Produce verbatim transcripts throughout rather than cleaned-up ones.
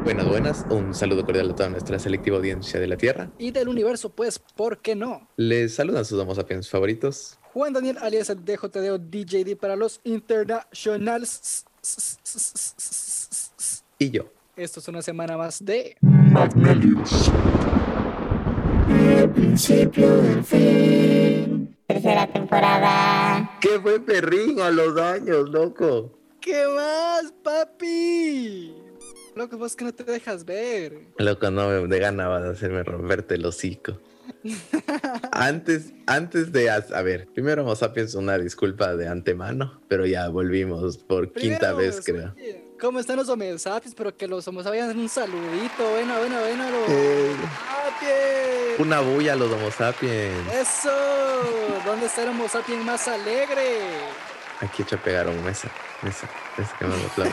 Buenas, buenas. Un saludo cordial a toda nuestra selectiva audiencia de la Tierra. Y del universo, pues, ¿por qué no? Les saludan sus Homo sapiens favoritos. Juan Daniel, alias el D J D O D J D para los internationals. Y yo. Esto es una semana más de Magnelius. El principio del fin. Tercera temporada. ¡Qué buen perrín a los años, loco! ¿Qué más, papi? Loco, vos que no te dejas ver. Loco, no me de gana vas a hacerme romperte el hocico. Antes, antes de... A ver, primero Homo sapiens, una disculpa de antemano, pero ya volvimos por Primero, quinta vez, oye, creo. ¿Cómo están los Homo sapiens? Pero que los Homo sapiens un saludito. Bueno, bueno, bueno, los Eh, sapiens. Una bulla a los Homo sapiens. ¡Eso! ¿Dónde está el Homo sapiens más alegre? Aquí hecho pegaron mesa, mesa, mesa que me lo aplaudo.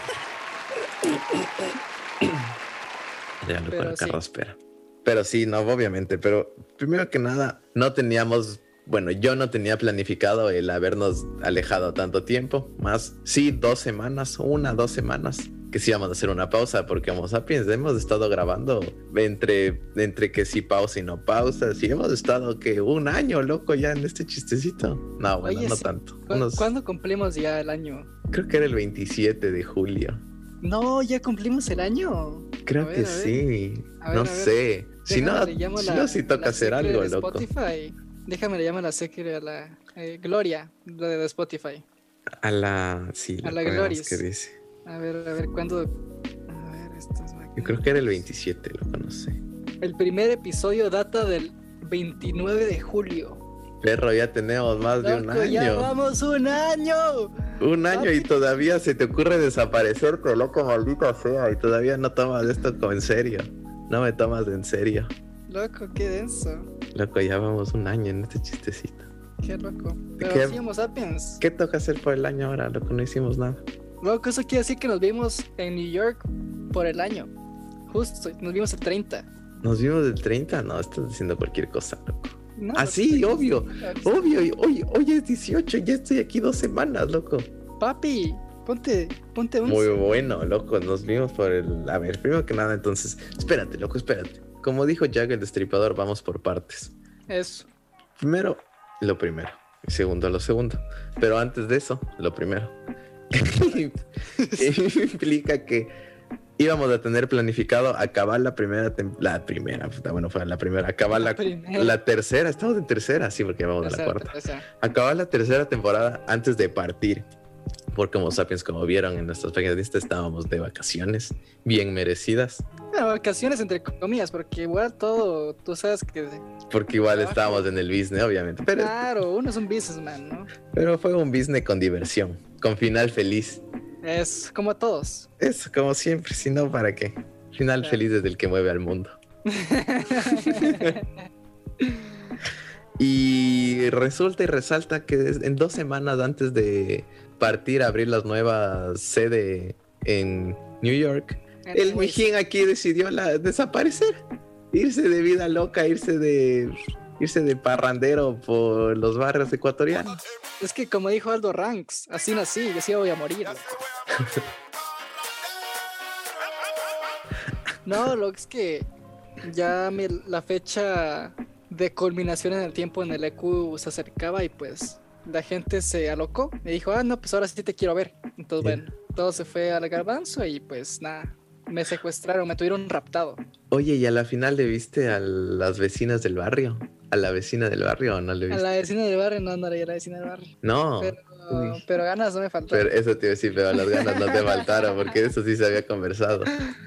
Ya lo Pero con la sí. carraspera. Pero sí, no, obviamente. Pero primero que nada, no teníamos, bueno, yo no tenía planificado el habernos alejado tanto tiempo. Más, sí, dos semanas, una, dos semanas. Que sí íbamos a hacer una pausa, porque Homo sapiens hemos estado grabando entre, entre que sí pausa y no pausa. Sí, hemos estado que un año, loco, ya en este chistecito. No, bueno, Oye, no sí. tanto. ¿Cu- Unos, ¿Cuándo cumplimos ya el año? creo que era el veintisiete de julio. No, ya cumplimos el año. Creo A ver, que a ver. sí. A ver, no a ver. sé. Si no, Déjame, le llamo si la- no, sí toca la hacer secre algo, de loco. Spotify. Déjame le llamo a la secre a la eh, Gloria de, de Spotify. A la... Sí, A lo la ponemos Gloris. que dice. A ver, a ver, ¿cuándo? A ver, esto es Yo creo que era el veintisiete, lo no sé. El primer episodio data del veintinueve de julio. Perro, ya tenemos más de un Loco, ya año. vamos un año. Un año y Papi. todavía se te ocurre desaparecerte, loco, maldita sea. Y todavía no tomas esto como en serio. No me tomas en serio. Loco, qué denso. Loco, ya vamos un año en este chistecito. Qué loco. Pero ¿Qué? sí, Homo sapiens. ¿Qué toca hacer por el año ahora, loco? No hicimos nada. Loco, eso quiere decir que nos vimos en New York por el año. Justo, nos vimos el treinta. ¿Nos vimos del treinta? No, estás diciendo cualquier cosa, loco. No, Ah, loco, sí, sí, obvio. sí. Obvio, y hoy, hoy es dieciocho, ya estoy aquí dos semanas, loco. Papi, ponte, ponte un. Muy bueno, loco, nos vimos por el... A ver, primero que nada, entonces, espérate, loco, espérate. Como dijo Jack el Destripador, vamos por partes. Eso. Primero, lo primero. Y segundo, lo segundo. Pero antes de eso, lo primero. Implica que íbamos a tener planificado acabar la primera... tem- La primera, puta, bueno, fue la primera. Acabar la, La primera. la tercera, estamos en tercera, sí, porque vamos a la Tercera, cuarta. tercera. Acabar la tercera temporada antes de partir. Porque Homo sapiens, como vieron en nuestras páginas de Insta, estábamos de vacaciones bien merecidas. Bueno, vacaciones entre comillas, porque igual todo, tú sabes que. Porque igual Trabajo. estábamos en el business, obviamente. Pero, Claro, uno es un businessman, ¿no? pero fue un business con diversión, con final feliz. Es como todos. Eso, como siempre, si no, ¿para qué? Final Claro. feliz es el que mueve al mundo. Y resulta y resalta que des- en dos semanas antes de partir a abrir la nueva sede en New York, el mijín aquí decidió la, desaparecer, irse de vida loca, irse de irse de parrandero por los barrios ecuatorianos. Es que como dijo Aldo Ranks, así nací y así voy a morir. No, lo que es que ya mi- la fecha de culminación en el tiempo en el E Q se acercaba y pues la gente se alocó. Me dijo, ah, no, pues ahora sí te quiero ver. Entonces, Yeah. bueno, todo se fue al garbanzo y pues nada, me secuestraron, me tuvieron raptado. Oye, ¿y a la final le viste a las vecinas del barrio? ¿A la vecina del barrio o no le A viste? la vecina del barrio, no, no era yo la vecina del barrio. No, Pero, Uy. pero ganas no me faltaron. pero eso te iba a decir, pero las ganas no te faltaron, porque eso sí se había conversado.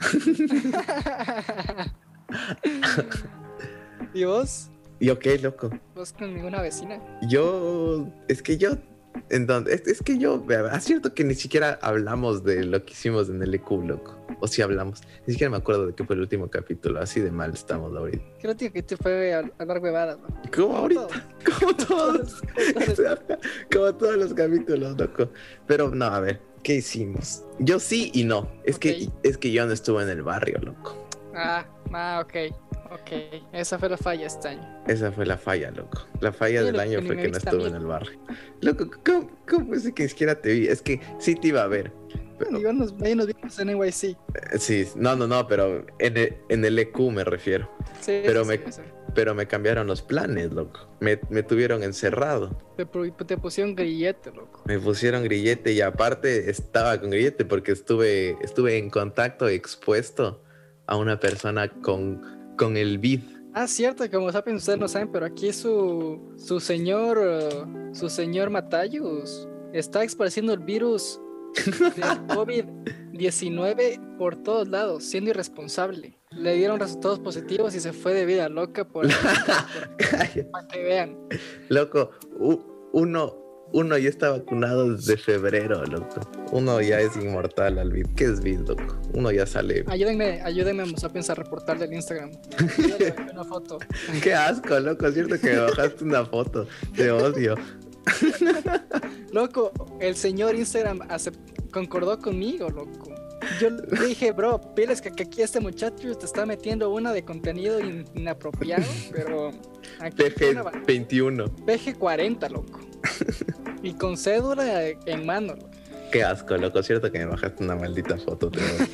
¿Y vos? ¿Y ok, loco? ¿Vos con ninguna vecina? Yo, es que yo, en donde, es, es que yo, vea, es cierto que ni siquiera hablamos de lo que hicimos en el E Q, loco. O si hablamos, ni siquiera me acuerdo de qué fue el último capítulo, así de mal estamos ahorita. Creo tío, que te fue a hablar huevadas, ¿no? Como ahorita, como todos, como todos los capítulos, loco. Pero no, a ver, ¿qué hicimos? Yo sí y no. Es que, Ok. es que yo no estuve en el barrio, loco. Ah, ah, ok, ok. Esa fue la falla este año. Esa fue la falla, loco. La falla Oye, del loco, año ni fue me que no viste a estuve mí. en el barrio. Loco, ¿cómo, cómo es que ni siquiera te vi? Es que sí te iba a ver. Pero Igual nos, ahí nos vimos Es en N Y C. Eh, Sí, no, no, no, pero en el, en el E Q me refiero. Sí, Pero sí, me, sí, sí. pero me cambiaron los planes, loco. Me, me tuvieron encerrado. Te, pu- te pusieron grillete, loco. Me pusieron grillete y aparte estaba con grillete porque estuve, estuve en contacto expuesto a una persona con, con el V I D. Ah, cierto, como saben, ustedes no saben, pero aquí su, su señor, eh, su señor Matayus está esparciendo el virus del COVID diecinueve por todos lados, siendo irresponsable. Le dieron resultados positivos y se fue de vida loca por, para que vean. Loco, u- uno, uno ya está vacunado desde febrero, loco. Uno ya es inmortal al V I D. ¿Qué es V I D, loco? Uno ya sale. Ayúdenme, ayúdenme a Musapiens a reportarle al Instagram. Ayúdenme, una foto. Qué asco, loco. Es cierto que me bajaste una foto. Te odio. Loco, el señor Instagram acep- concordó conmigo, loco. Yo le dije, bro, piles que, que aquí este muchacho te está metiendo una de contenido in- inapropiado, pero aquí P una va- G veintiuno. P G cuarenta, loco. Y con cédula en mano, loco. Qué asco, loco. Es cierto que me bajaste una maldita foto. Te odio.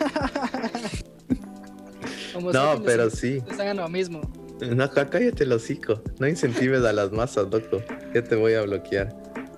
Como No, saben, pero les- sí. les hagan lo mismo. No, cá- cállate el hocico. No incentives a las masas, loco. Ya te voy a bloquear.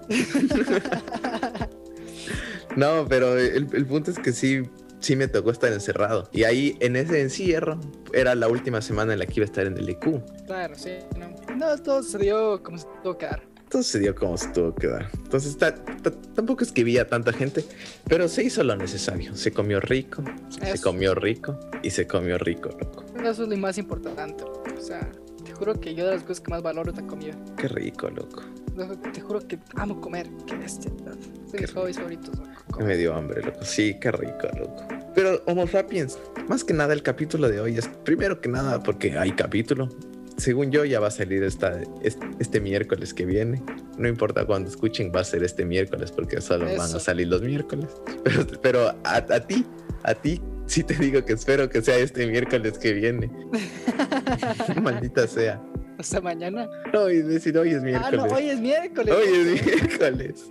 No, pero el, el punto es que sí, sí me tocó estar encerrado. Y ahí, en ese encierro, era la última semana en la que iba a estar en el E Q. Claro, sí, no. No, todo se dio como se tuvo que dar. Entonces se dio como se tuvo que dar. Entonces ta- ta- tampoco es que vi a tanta gente, pero se hizo lo necesario. Se comió rico, se Eso. comió rico y se comió rico, loco. Eso es lo más importante, loco. O sea, te juro que yo de las cosas que más valoro es la comida. Qué rico, loco. Loco, te juro que amo comer. Qué bestia. Es de Qué mis hobbies favoritos, loco. Me Comer. dio hambre, loco. Sí, qué rico, loco. Pero Homo Sapiens, más que nada el capítulo de hoy es, primero que nada, porque hay capítulo. Según yo, ya va a salir esta, este, este miércoles que viene. No importa cuándo escuchen, va a ser este miércoles porque solo van Eso. a salir los miércoles. Pero, pero a, a ti, a ti, sí te digo que espero que sea este miércoles que viene. Maldita sea. Hasta mañana. No, y decir hoy es Ah, miércoles. no, hoy es miércoles. Hoy es loco. miércoles.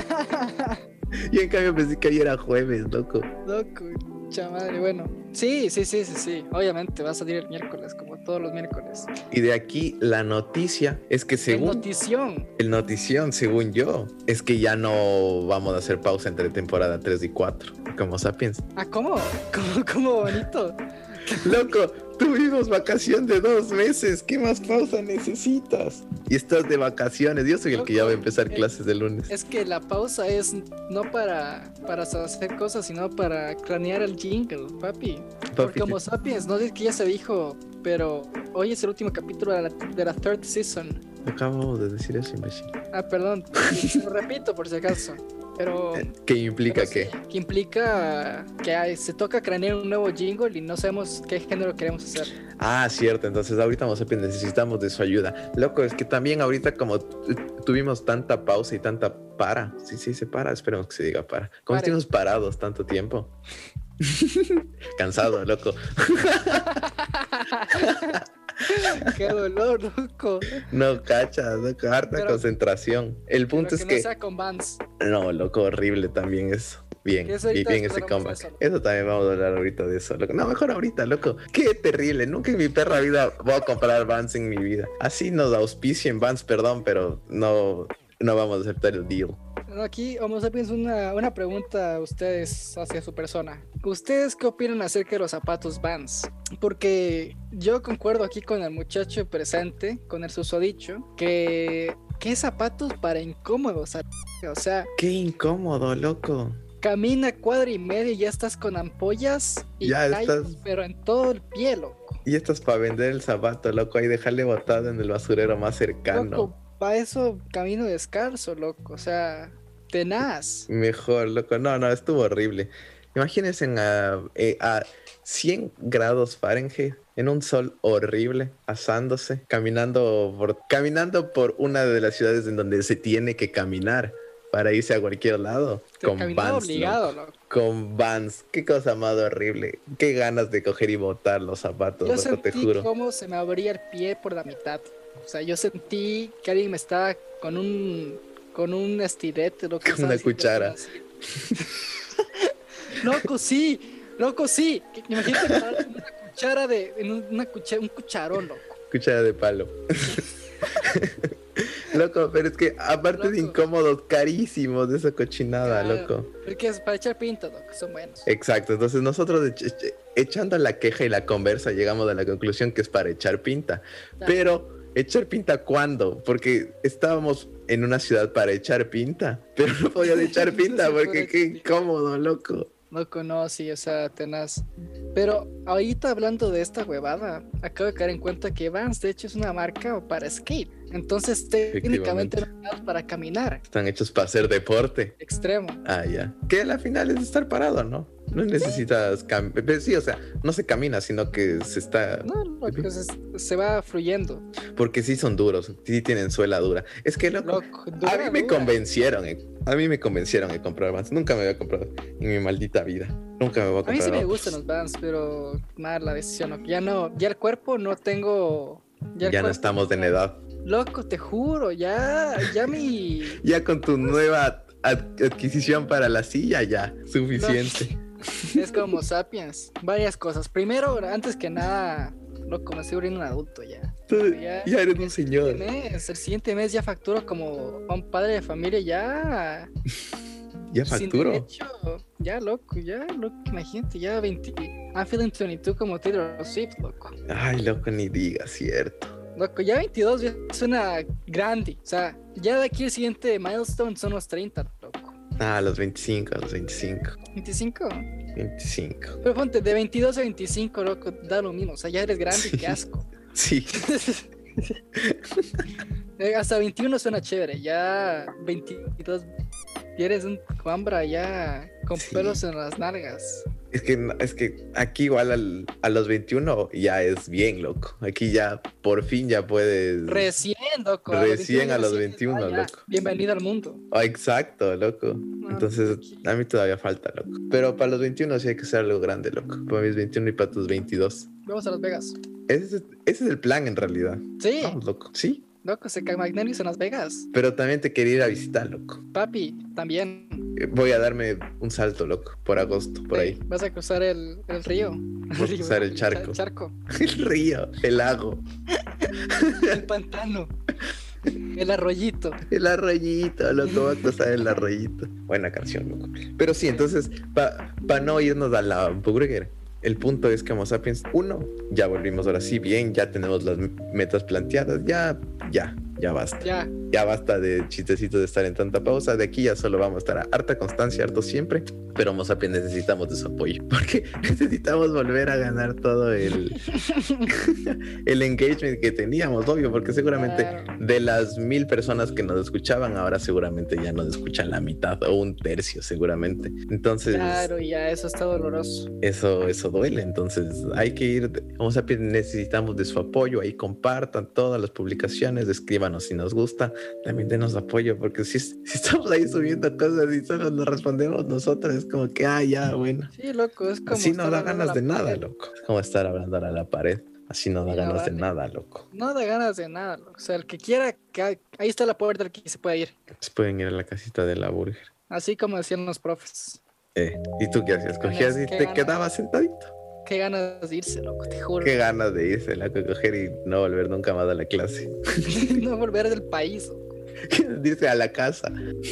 Y en cambio pensé que ayer era jueves, loco. Loco, chamadre. Bueno, sí, sí, sí, sí, sí. Obviamente va a salir el miércoles, como todos los miércoles. Y de aquí la noticia es que En según notición. el notición, según yo, es que ya no vamos a hacer pausa entre temporada tres y cuatro, como Sapiens. Ah, ¿cómo? ¿Cómo, cómo bonito? Loco, tuvimos vacación de dos meses. ¿Qué más pausa necesitas? Y estás de vacaciones. Yo soy el que ya va a empezar Loco, clases de lunes. Es que la pausa es no para, para hacer cosas, sino para cranear el jingle, papi. Porque Papi, como Sapiens, no sé que ya se dijo, pero hoy es el último capítulo de la, de la third season. acabo de decir eso, imbécil. Ah, perdón, lo repito por si acaso. Pero, ¿Qué implica pero sí, que? que implica que hay- se toca cranear un nuevo jingle y no sabemos qué género queremos hacer. Ah, cierto. Entonces ahorita vamos a necesitamos de su ayuda. Loco, es que también ahorita como tu- tuvimos tanta pausa y tanta para. Sí, sí, se para. Esperemos que se diga para. Como Pare. estuvimos parados tanto tiempo. Cansado, loco. Qué dolor, loco. No cachas, loco. Harta Pero- concentración. El punto Pero es que que... no sea con Vans. No, loco, horrible también eso. Bien, Que eso bien, ahorita bien ese exploramos comeback. eso. Eso también vamos a hablar ahorita de eso, loco. No, mejor ahorita, loco. Qué terrible. Nunca en mi perra vida voy a comprar Vans en mi vida. Así nos auspicien Vans, perdón, pero no, no vamos a aceptar el deal. No, aquí, Homo Sapiens, una, una pregunta a ustedes hacia su persona. ¿Ustedes qué opinan acerca de los zapatos Vans? Porque yo concuerdo aquí con el muchacho presente, con el susodicho, que qué zapatos para incómodos. O sea, Qué incómodo, loco. camina cuadra y medio y ya estás con ampollas y Ya callos, estás- pero en todo el pie, loco. Y esto es para vender el zapato, loco. Ahí dejarle botado en el basurero más cercano. Loco, para eso camino descalzo, loco. O sea, tenaz. Mejor, loco. No, no, estuvo horrible. Imagínense en, a, eh, a cien grados Fahrenheit, en un sol horrible, asándose, caminando por, caminando por una de las ciudades en donde se tiene que caminar para irse a cualquier lado. Te Con caminaba Vans, obligado, loco. loco. Con Vans. Qué cosa más horrible. Qué ganas de coger y botar los zapatos, Yo loco, te sentí juro. cómo se me abría el pie por la mitad. O sea, yo sentí que alguien me estaba con un con un estilete, loco. Con una ¿sabes? cuchara. Loco, sí. Loco, sí. que- Imagínate pararte en una cuchara de. En un- una cuchara, un cucharón, loco. Cuchara de palo. Loco, pero es que aparte de Loco. incómodos, carísimos de esa cochinada, Claro, loco. Porque es para echar pinta, loco. Son buenos. Exacto, entonces nosotros ech- ech- echando la queja y la conversa llegamos a la conclusión que es para echar pinta. Claro. Pero, ¿echar pinta cuándo? Porque estábamos en una ciudad para echar pinta, pero no podías echar No pinta se porque puede qué echar pinta. incómodo, loco. Loco, no, sí, o sea, tenaz. Pero ahorita hablando de esta huevada, acabo de caer en cuenta que Vans, de hecho, es una marca para skate. Entonces, técnicamente no es nada para caminar. Están hechos para hacer deporte. Extremo. Ah, ya. Que a la final es estar parado, ¿no? No necesitas cam- pero sí, o sea, no se camina, sino que se está... No, loco, se, se va fluyendo. Porque sí son duros, sí tienen suela dura. Es que, loco, Loco, a dura, mí me dura. convencieron, eh. A mí me convencieron de comprar Vans. Nunca me había comprado en mi maldita vida. Nunca me voy a A mí comprar sí me Vans. gustan los Vans, pero mala decisión. Loco. Ya no, ya el cuerpo no tengo. Ya, el no cuerpo estamos en edad. Loco, te juro, ya, ya mi. Ya con tu nueva ad- adquisición para la silla, ya, suficiente. Es como Sapiens. Varias cosas. Primero, antes que nada, loco, me estoy volviendo un adulto ya. Tú Ya, ya eres un el señor. siguiente mes, el siguiente mes ya facturo como un padre de familia ya. Ya sin facturo. derecho. Ya, loco, ya, loco, imagínate, ya veinte. I'm feeling veintidós como Taylor Swift, loco. Ay, loco, ni digas, cierto. Loco, ya veintidós ya suena grande. O sea, ya de aquí el siguiente milestone son los treinta, loco. Ah, a los veinticinco, a los veinticinco. veinticinco. veinticinco. Pero ponte, de veintidós a veinticinco, loco, da lo mismo. O sea, ya eres grande, Sí. qué asco. Sí, Eh, Hasta veintiuno suena chévere, ya veintidós, ya eres un cuambra ya con Sí. pelos en las nalgas. es que, no- es que aquí igual al- a los veintiuno ya es bien, loco. Aquí ya por fin ya puedes... Recién, loco. Recién a los veintiuno, veintiuno, ya, loco. Bienvenido al mundo. Ah, exacto, loco. No, Entonces, aquí. a mí todavía falta, loco. Pero para los veintiuno sí hay que hacer algo grande, loco. Para mis veintiuno y para tus veintidós. Vamos a Las Vegas. Ese es, ese es el plan en realidad. Sí, Vamos, loco. Sí. loco, se cae Magnelius en Las Vegas. Pero también te quería ir a visitar, loco. Papi, también. Eh, Voy a darme un salto, loco. Por agosto, por ahí. Vas a cruzar el, el río. Voy a cruzar el charco. El charco. El río, el lago, El pantano. El arroyito. el arroyito, loco. Va a cruzar el arroyito. Buena canción, loco. Pero sí, entonces, para no irnos a la burger, el punto es que Homo Sapiens uno, ya volvimos ahora sí bien, ya tenemos las metas planteadas, ya, ya, ya basta. Ya. Ya basta de chistecitos de estar en tanta pausa. De aquí ya solo vamos a estar a harta constancia, harto siempre. Pero Homo Sapiens necesitamos de su apoyo. Porque necesitamos volver a ganar todo el, el engagement que teníamos, obvio. Porque seguramente Claro. de las mil personas que nos escuchaban, ahora seguramente ya nos escuchan la mitad o un tercio, seguramente. Entonces, Claro, ya, eso está doloroso. eso, eso duele. Entonces, hay que ir. Homo Sapiens necesitamos de su apoyo. Ahí compartan todas las publicaciones, escríbanos si nos gusta. También denos apoyo, porque si, si estamos ahí subiendo cosas y solo nos respondemos nosotros, es como que, ah, ya, bueno. Sí, loco, es como. Así no estar da hablando a ganas la de nada, pared. loco. Es como estar hablando a la pared. Así no da Sí, no ganas de vale. nada, loco. No da ganas de nada, loco. O sea, el que quiera, que hay- ahí está la puerta al que se puede ir. Se pueden ir a la casita de la burger. Así como decían los profes. Eh, ¿y tú qué hacías? Cogías y Qué te ganas. quedabas sentadito. Qué ganas de irse, loco, te juro. Qué ganas de irse, loco, coger y no volver nunca más a la clase. No volver del país, loco. De irse a la casa.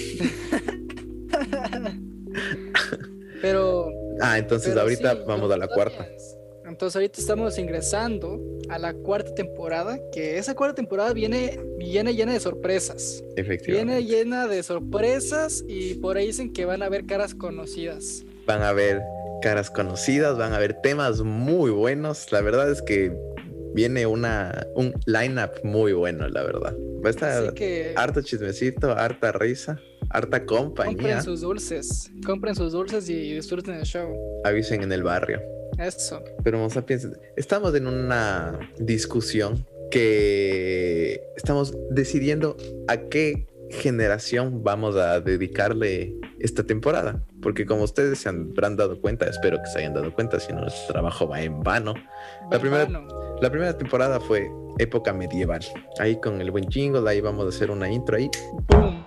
Pero. Ah, entonces pero ahorita sí, vamos a la Homo cuarta. Sapiens. Entonces ahorita estamos ingresando a la cuarta temporada, que esa cuarta temporada viene, viene llena de sorpresas. Viene Efectivamente. llena de sorpresas y por ahí dicen que van a haber caras conocidas. Van a ver caras conocidas, van a ver temas muy buenos. La verdad es que viene una un lineup muy bueno, la verdad. Va a estar Así que harto chismecito, harta risa, harta compañía. compren sus dulces, compren sus dulces y disfruten el show. Avisen en el barrio. Eso. Pero Homo Sapiens, estamos en una discusión que estamos decidiendo a qué generación vamos a dedicarle esta temporada. Porque como ustedes se habrán dado cuenta, espero que se hayan dado cuenta, si no nuestro trabajo va en vano. La primera- Bueno, La primera temporada fue época medieval. Ahí con el buen jingle, ahí vamos a hacer una intro ahí. ¡boom!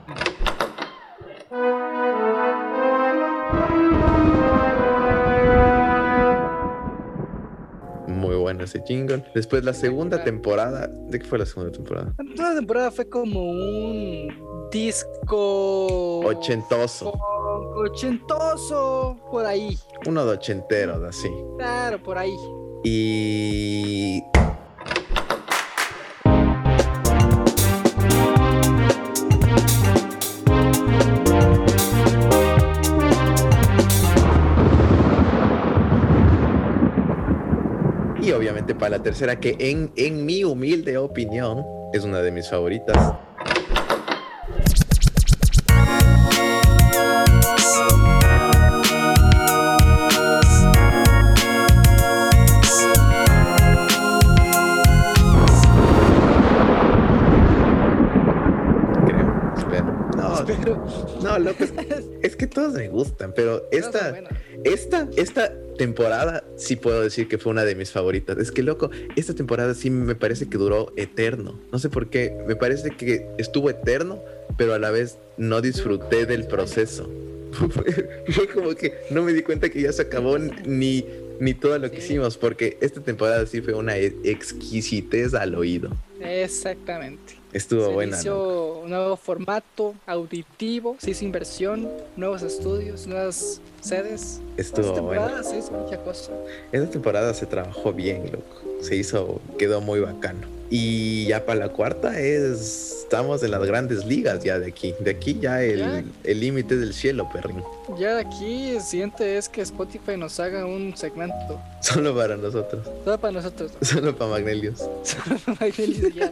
muy bueno ese jingle. Después la segunda temporada, ¿de qué fue la segunda temporada? La segunda temporada fue como un disco Ochentoso. Ochentoso, por ahí. Uno de ochenteros, así. Claro, por ahí. Y... Y obviamente para la tercera, que en, en mi humilde opinión es una de mis favoritas. Creo, espero. No, Espero. no, loco, es, es que todas me gustan, pero esta... Bueno. Esta, esta temporada sí puedo decir que fue una de mis favoritas. Es que, loco, esta temporada sí me parece que duró eterno. No sé por qué. Me parece que estuvo eterno, pero a la vez no disfruté del proceso. Fue como que no me di cuenta que ya se acabó ni, ni todo lo que hicimos, porque esta temporada sí fue una exquisitez al oído. Exactamente. Estuvo Se buena. inició ¿no? un nuevo formato auditivo, se hizo inversión, nuevos estudios, nuevas sedes. Estuvo Esta temporada bueno. se hizo mucha cosa. Esta temporada se trabajó bien, loco. Se hizo, quedó muy bacano. Y ya para la cuarta es, estamos en las grandes ligas ya de aquí. De aquí ya el Ya. el límite del cielo, perrín. Ya de aquí el siguiente es que Spotify nos haga un segmento. Solo para nosotros. Todo para nosotros. Solo para Magnelius. Ya.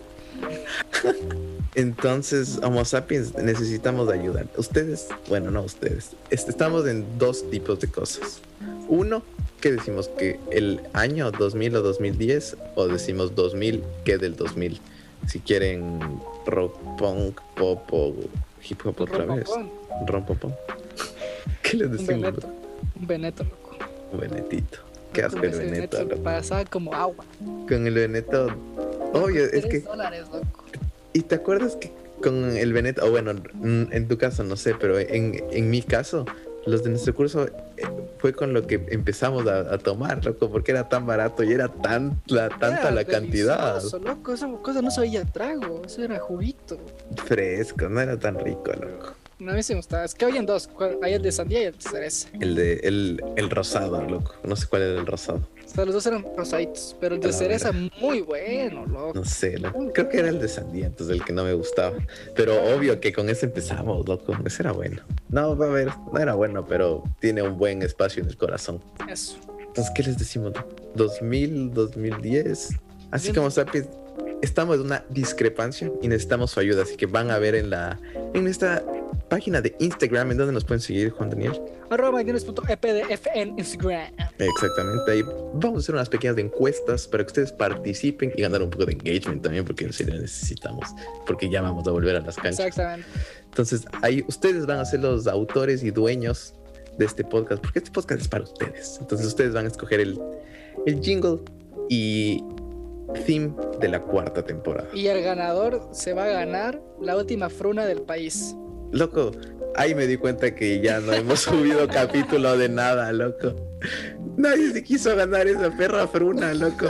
Entonces, Homo sapiens, necesitamos ayuda. Ustedes, bueno, no ustedes. Est- Estamos en dos tipos de cosas. Uno, que decimos que el año dos mil o dos mil diez, o decimos dos mil, que del dos mil. Si quieren rock, punk, pop o hip hop otra vez. Rompopón. Rompopón. ¿Qué les Un decimos? Veneto. Un Veneto, loco. Un Venetito. Qué asco Con el ese Veneto, Veneto loco. pasaba como agua. Con el Veneto, obvio, es Tres que... dólares, loco. ¿Y te acuerdas que con el Veneto, o bueno, mm, en tu caso no sé, pero en, en mi caso, los de nuestro curso eh, fue con lo que empezamos a, a tomar, loco, porque era tan barato y era tan, la, tanta Era la cantidad. delicioso, loco, esa cosa no se veía trago, eso era juguito. Fresco, no era tan rico, loco. No, a mí sí me gustaba. Es que habían dos, ¿cuál? Hay el de sandía y el de cereza. El de el, el rosado, loco. No sé cuál era el rosado. O sea, los dos eran rosaditos, pero el de Ah, cereza muy bueno, loco. No sé, loco. Creo que era el de sandía, entonces el que no me gustaba. Pero obvio que con ese empezamos, loco. Ese era bueno. No, va a ver, no era bueno, pero tiene un buen espacio en el corazón. Eso. Entonces, ¿qué les decimos? ¿dos mil, dos mil diez? Así Bien. como Sapiens, estamos en una discrepancia y necesitamos su ayuda. Así que van a ver en la en esta página de Instagram, en donde nos pueden seguir, Juan Daniel. Arroba magdalens.epdf en Instagram. Exactamente, ahí vamos a hacer unas pequeñas encuestas para que ustedes participen y ganar un poco de engagement también, porque en serio necesitamos, porque ya vamos a volver a las canchas. Exactamente. Entonces, ahí ustedes van a ser los autores y dueños de este podcast, porque este podcast es para ustedes. Entonces, ustedes van a escoger el, el jingle y theme de la cuarta temporada. Y el ganador se va a ganar la última fruna del país. Loco, ahí me di cuenta que ya no hemos subido capítulo de nada, loco. Nadie se quiso ganar esa perra fruna, loco.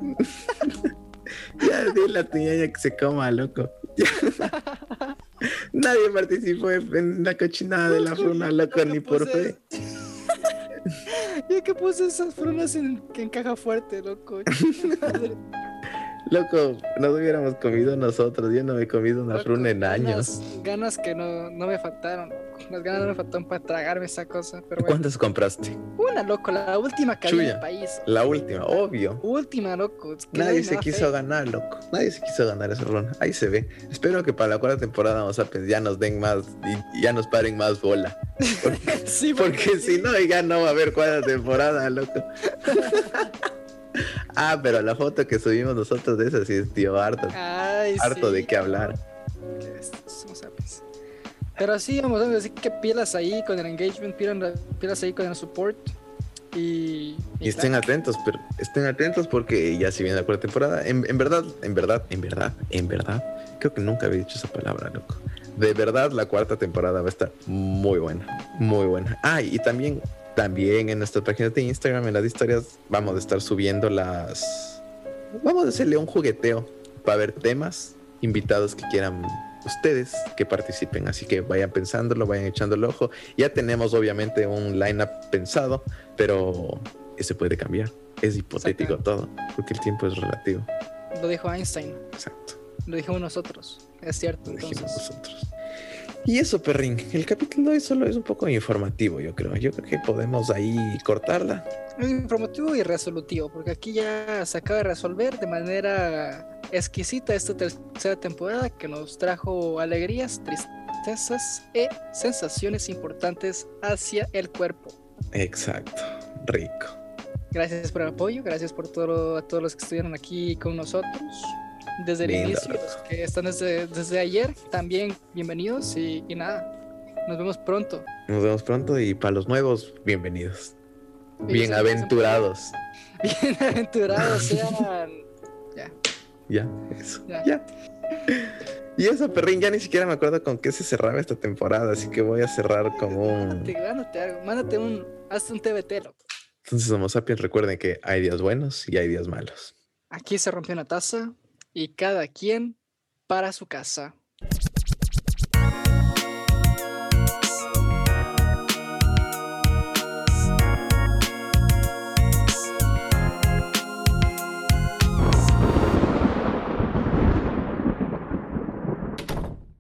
Ya dile a tu ñaña que se coma, loco. Nadie participó en la cochinada de la fruna, loco, ni por fe. Yo que puse esas frunas en, en caja fuerte, loco. Madre. Loco, nos hubiéramos comido nosotros. Yo no me he comido una Loco, fruna en ganas- años. Ganas que no, no me faltaron, loco. Las ganas no me faltaron para tragarme esa cosa. Pero bueno. ¿Cuántas compraste? Una, loco, la última que había en Chuya. el país. La última, obvio. Última, loco. Es que no Nadie hay se nada quiso feo. ganar, loco. Nadie se quiso ganar esa ronda. Ahí se ve. Espero que para la cuarta temporada, vamos a pensar, ya nos den más y ya nos paren más bola. Porque, Sí, porque sí. si no, ya no va a haber cuarta temporada, loco. Ah, pero la foto que subimos nosotros de esa sí es tío harto. Ay, Harto sí. de qué hablar. Qué bestia, somos sapiens. Pero sí, vamos a ver, así que pilas ahí con el engagement, pilas, pilas ahí con el support. Y, Y estén claro, atentos, pero estén atentos porque ya si viene la cuarta temporada. En, en verdad, en verdad, en verdad, en verdad, creo que nunca había dicho esa palabra, loco. De verdad, la cuarta temporada va a estar muy buena, muy buena. Ah, y también También en nuestra página de Instagram, en las historias, vamos a estar subiendo las... Vamos a hacerle un jugueteo para ver temas, invitados que quieran ustedes que participen. Así que vayan pensándolo, vayan echando el ojo. Ya tenemos obviamente un line-up pensado, pero ese puede cambiar. Es hipotético todo, porque el tiempo es relativo. Lo dijo Einstein. Exacto. Lo dijimos nosotros. Es cierto, Lo entonces. dijimos nosotros. Y eso, perrín, el capítulo de hoy solo es un poco informativo, yo creo. Yo creo que podemos ahí cortarla. Es informativo y resolutivo, porque aquí ya se acaba de resolver de manera exquisita esta tercera temporada que nos trajo alegrías, tristezas y sensaciones importantes hacia el cuerpo. Exacto, rico. Gracias por el apoyo, gracias por todo a todos los que estuvieron aquí con nosotros desde el Lindo, inicio, loco. los que están desde, desde ayer, también bienvenidos y, y nada, nos vemos pronto. Nos vemos pronto y para los nuevos, bienvenidos. Y Bienaventurados. Bienaventurados sean. Ya, Ya, eso. Ya. Ya. Y eso, perrín, ya ni siquiera me acuerdo con qué se cerraba esta temporada, así que voy a cerrar con un... mándate, mándate algo, mándate un, hazte un T B T, loco. Entonces, Homo sapiens, recuerden que hay días buenos y hay días malos. Aquí se rompió una taza y cada quien para su casa.